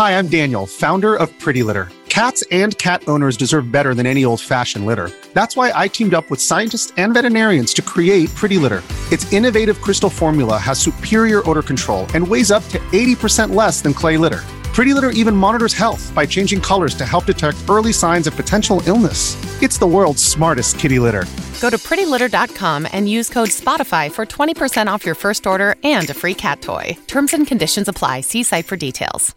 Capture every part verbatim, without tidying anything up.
Hi, I'm Daniel, founder of Pretty Litter. Cats and cat owners deserve better than any old-fashioned litter. That's why I teamed up with scientists and veterinarians to create Pretty Litter. Its innovative crystal formula has superior odor control and weighs up to eighty percent less than clay litter. Pretty Litter even monitors health by changing colors to help detect early signs of potential illness. It's the world's smartest kitty litter. Go to pretty litter dot com and use code SPOTIFY for twenty percent off your first order and a free cat toy. Terms and conditions apply. See site for details.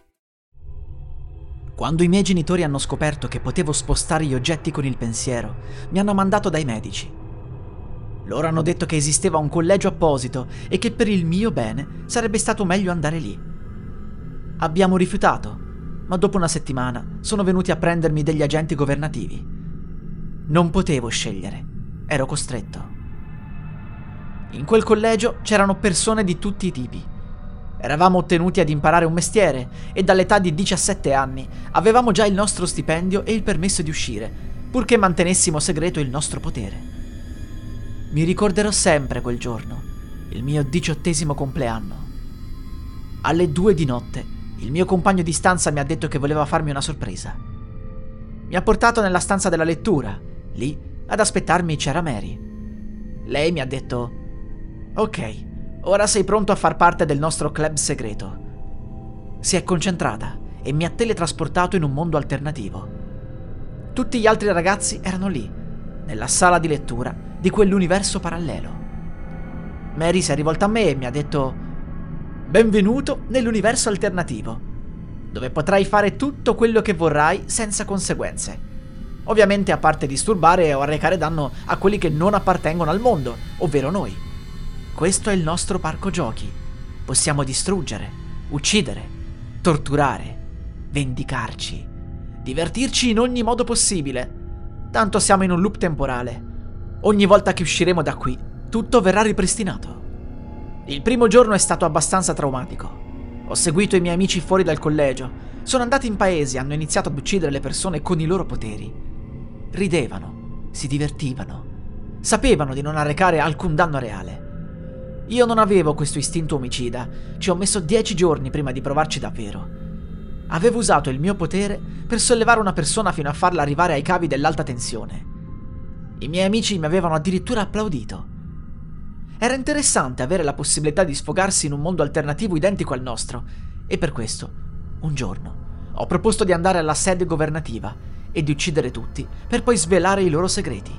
Quando i miei genitori hanno scoperto che potevo spostare gli oggetti con il pensiero, mi hanno mandato dai medici. Loro hanno detto che esisteva un collegio apposito e che per il mio bene sarebbe stato meglio andare lì. Abbiamo rifiutato, ma dopo una settimana sono venuti a prendermi degli agenti governativi. Non potevo scegliere, ero costretto. In quel collegio c'erano persone di tutti i tipi. Eravamo tenuti ad imparare un mestiere e dall'età di diciassette anni avevamo già il nostro stipendio e il permesso di uscire, purché mantenessimo segreto il nostro potere. Mi ricorderò sempre quel giorno, il mio diciottesimo compleanno. Alle due di notte il mio compagno di stanza mi ha detto che voleva farmi una sorpresa. Mi ha portato nella stanza della lettura. Lì, ad aspettarmi, c'era Mary. Lei mi ha detto: «Ok, ora sei pronto a far parte del nostro club segreto». Si è concentrata e mi ha teletrasportato in un mondo alternativo. Tutti gli altri ragazzi erano lì, nella sala di lettura di quell'universo parallelo. Mary si è rivolta a me e mi ha detto: «Benvenuto nell'universo alternativo, dove potrai fare tutto quello che vorrai senza conseguenze. Ovviamente a parte disturbare o arrecare danno a quelli che non appartengono al mondo, ovvero noi. Questo è il nostro parco giochi. Possiamo distruggere, uccidere, torturare, vendicarci, divertirci in ogni modo possibile. Tanto siamo in un loop temporale. Ogni volta che usciremo da qui, tutto verrà ripristinato». Il primo giorno è stato abbastanza traumatico. Ho seguito i miei amici fuori dal collegio, sono andati in paesi e hanno iniziato ad uccidere le persone con i loro poteri. Ridevano, si divertivano, sapevano di non arrecare alcun danno reale. Io non avevo questo istinto omicida, ci ho messo dieci giorni prima di provarci davvero. Avevo usato il mio potere per sollevare una persona fino a farla arrivare ai cavi dell'alta tensione. I miei amici mi avevano addirittura applaudito. Era interessante avere la possibilità di sfogarsi in un mondo alternativo identico al nostro, e per questo, un giorno, ho proposto di andare alla sede governativa e di uccidere tutti per poi svelare i loro segreti.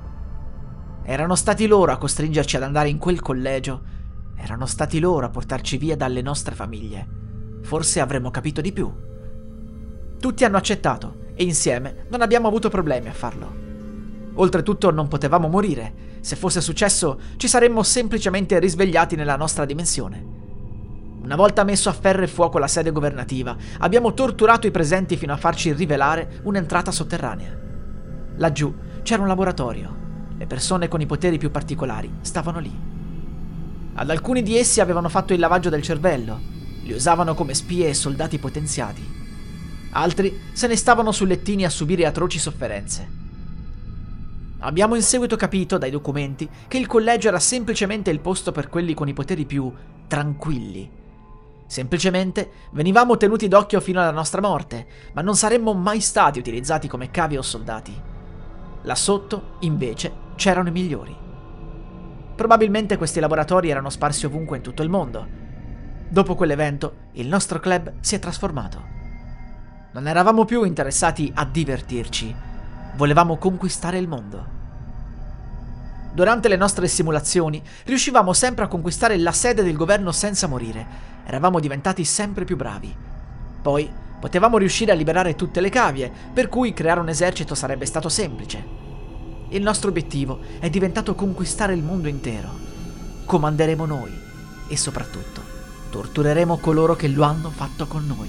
Erano stati loro a costringerci ad andare in quel collegio, erano stati loro a portarci via dalle nostre famiglie. Forse avremmo capito di più. Tutti hanno accettato e insieme non abbiamo avuto problemi a farlo. Oltretutto non potevamo morire. Se fosse successo, ci saremmo semplicemente risvegliati nella nostra dimensione. Una volta messo a ferro e fuoco la sede governativa, abbiamo torturato i presenti fino a farci rivelare un'entrata sotterranea. Laggiù c'era un laboratorio. Le persone con i poteri più particolari stavano lì. Ad alcuni di essi avevano fatto il lavaggio del cervello, li usavano come spie e soldati potenziati. Altri se ne stavano su lettini a subire atroci sofferenze. Abbiamo in seguito capito dai documenti che il collegio era semplicemente il posto per quelli con i poteri più tranquilli. Semplicemente venivamo tenuti d'occhio fino alla nostra morte, ma non saremmo mai stati utilizzati come cavi o soldati. Là sotto, invece, c'erano i migliori. Probabilmente questi laboratori erano sparsi ovunque in tutto il mondo. Dopo quell'evento, il nostro club si è trasformato. Non eravamo più interessati a divertirci, volevamo conquistare il mondo. Durante le nostre simulazioni riuscivamo sempre a conquistare la sede del governo senza morire. Eravamo diventati sempre più bravi. Poi potevamo riuscire a liberare tutte le cavie, per cui creare un esercito sarebbe stato semplice. Il nostro obiettivo è diventato conquistare il mondo intero. Comanderemo noi e soprattutto tortureremo coloro che lo hanno fatto con noi.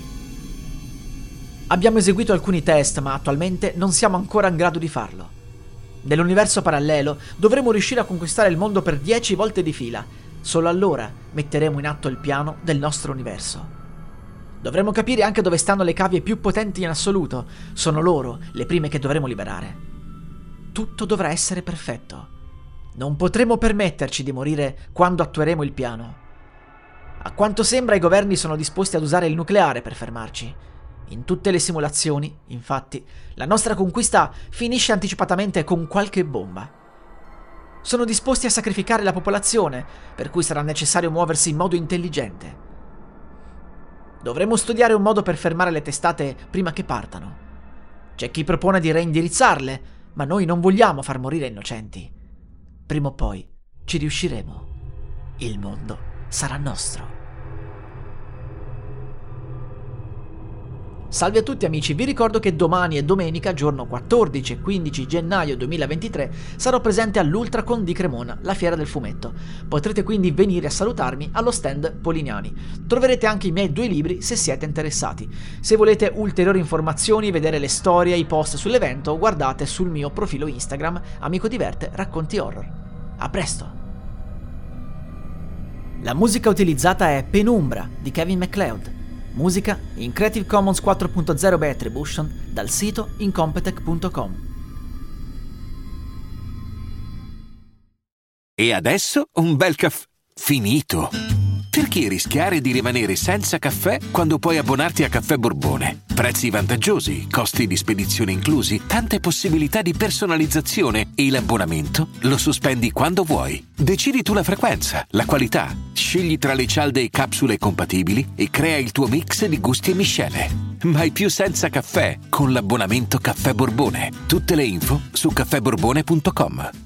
Abbiamo eseguito alcuni test, ma attualmente non siamo ancora in grado di farlo. Nell'universo parallelo dovremo riuscire a conquistare il mondo per dieci volte di fila. Solo allora metteremo in atto il piano del nostro universo. Dovremo capire anche dove stanno le cavie più potenti in assoluto. Sono loro le prime che dovremo liberare. Tutto dovrà essere perfetto. Non potremo permetterci di morire quando attueremo il piano. A quanto sembra i governi sono disposti ad usare il nucleare per fermarci. In tutte le simulazioni, infatti, la nostra conquista finisce anticipatamente con qualche bomba. Sono disposti a sacrificare la popolazione, per cui sarà necessario muoversi in modo intelligente. Dovremo studiare un modo per fermare le testate prima che partano. C'è chi propone di reindirizzarle, ma noi non vogliamo far morire innocenti. Prima o poi ci riusciremo. Il mondo sarà nostro. Salve a tutti amici, vi ricordo che domani e domenica, giorno quattordici e quindici gennaio duemilaventitré, sarò presente all'Ultracon di Cremona, la fiera del fumetto. Potrete quindi venire a salutarmi allo stand Polignani. Troverete anche i miei due libri se siete interessati. Se volete ulteriori informazioni, vedere le storie e i post sull'evento, guardate sul mio profilo Instagram Amico Diverte Racconti Horror. A presto! La musica utilizzata è Penumbra di Kevin MacLeod. Musica in Creative Commons quattro punto zero by Attribution dal sito incompetech punto com. E adesso un bel caffè finito. Perché rischiare di rimanere senza caffè quando puoi abbonarti a Caffè Borbone? Prezzi vantaggiosi, costi di spedizione inclusi, tante possibilità di personalizzazione e l'abbonamento lo sospendi quando vuoi. Decidi tu la frequenza, la qualità, scegli tra le cialde e capsule compatibili e crea il tuo mix di gusti e miscele. Mai più senza caffè con l'abbonamento Caffè Borbone. Tutte le info su caffè borbone punto com.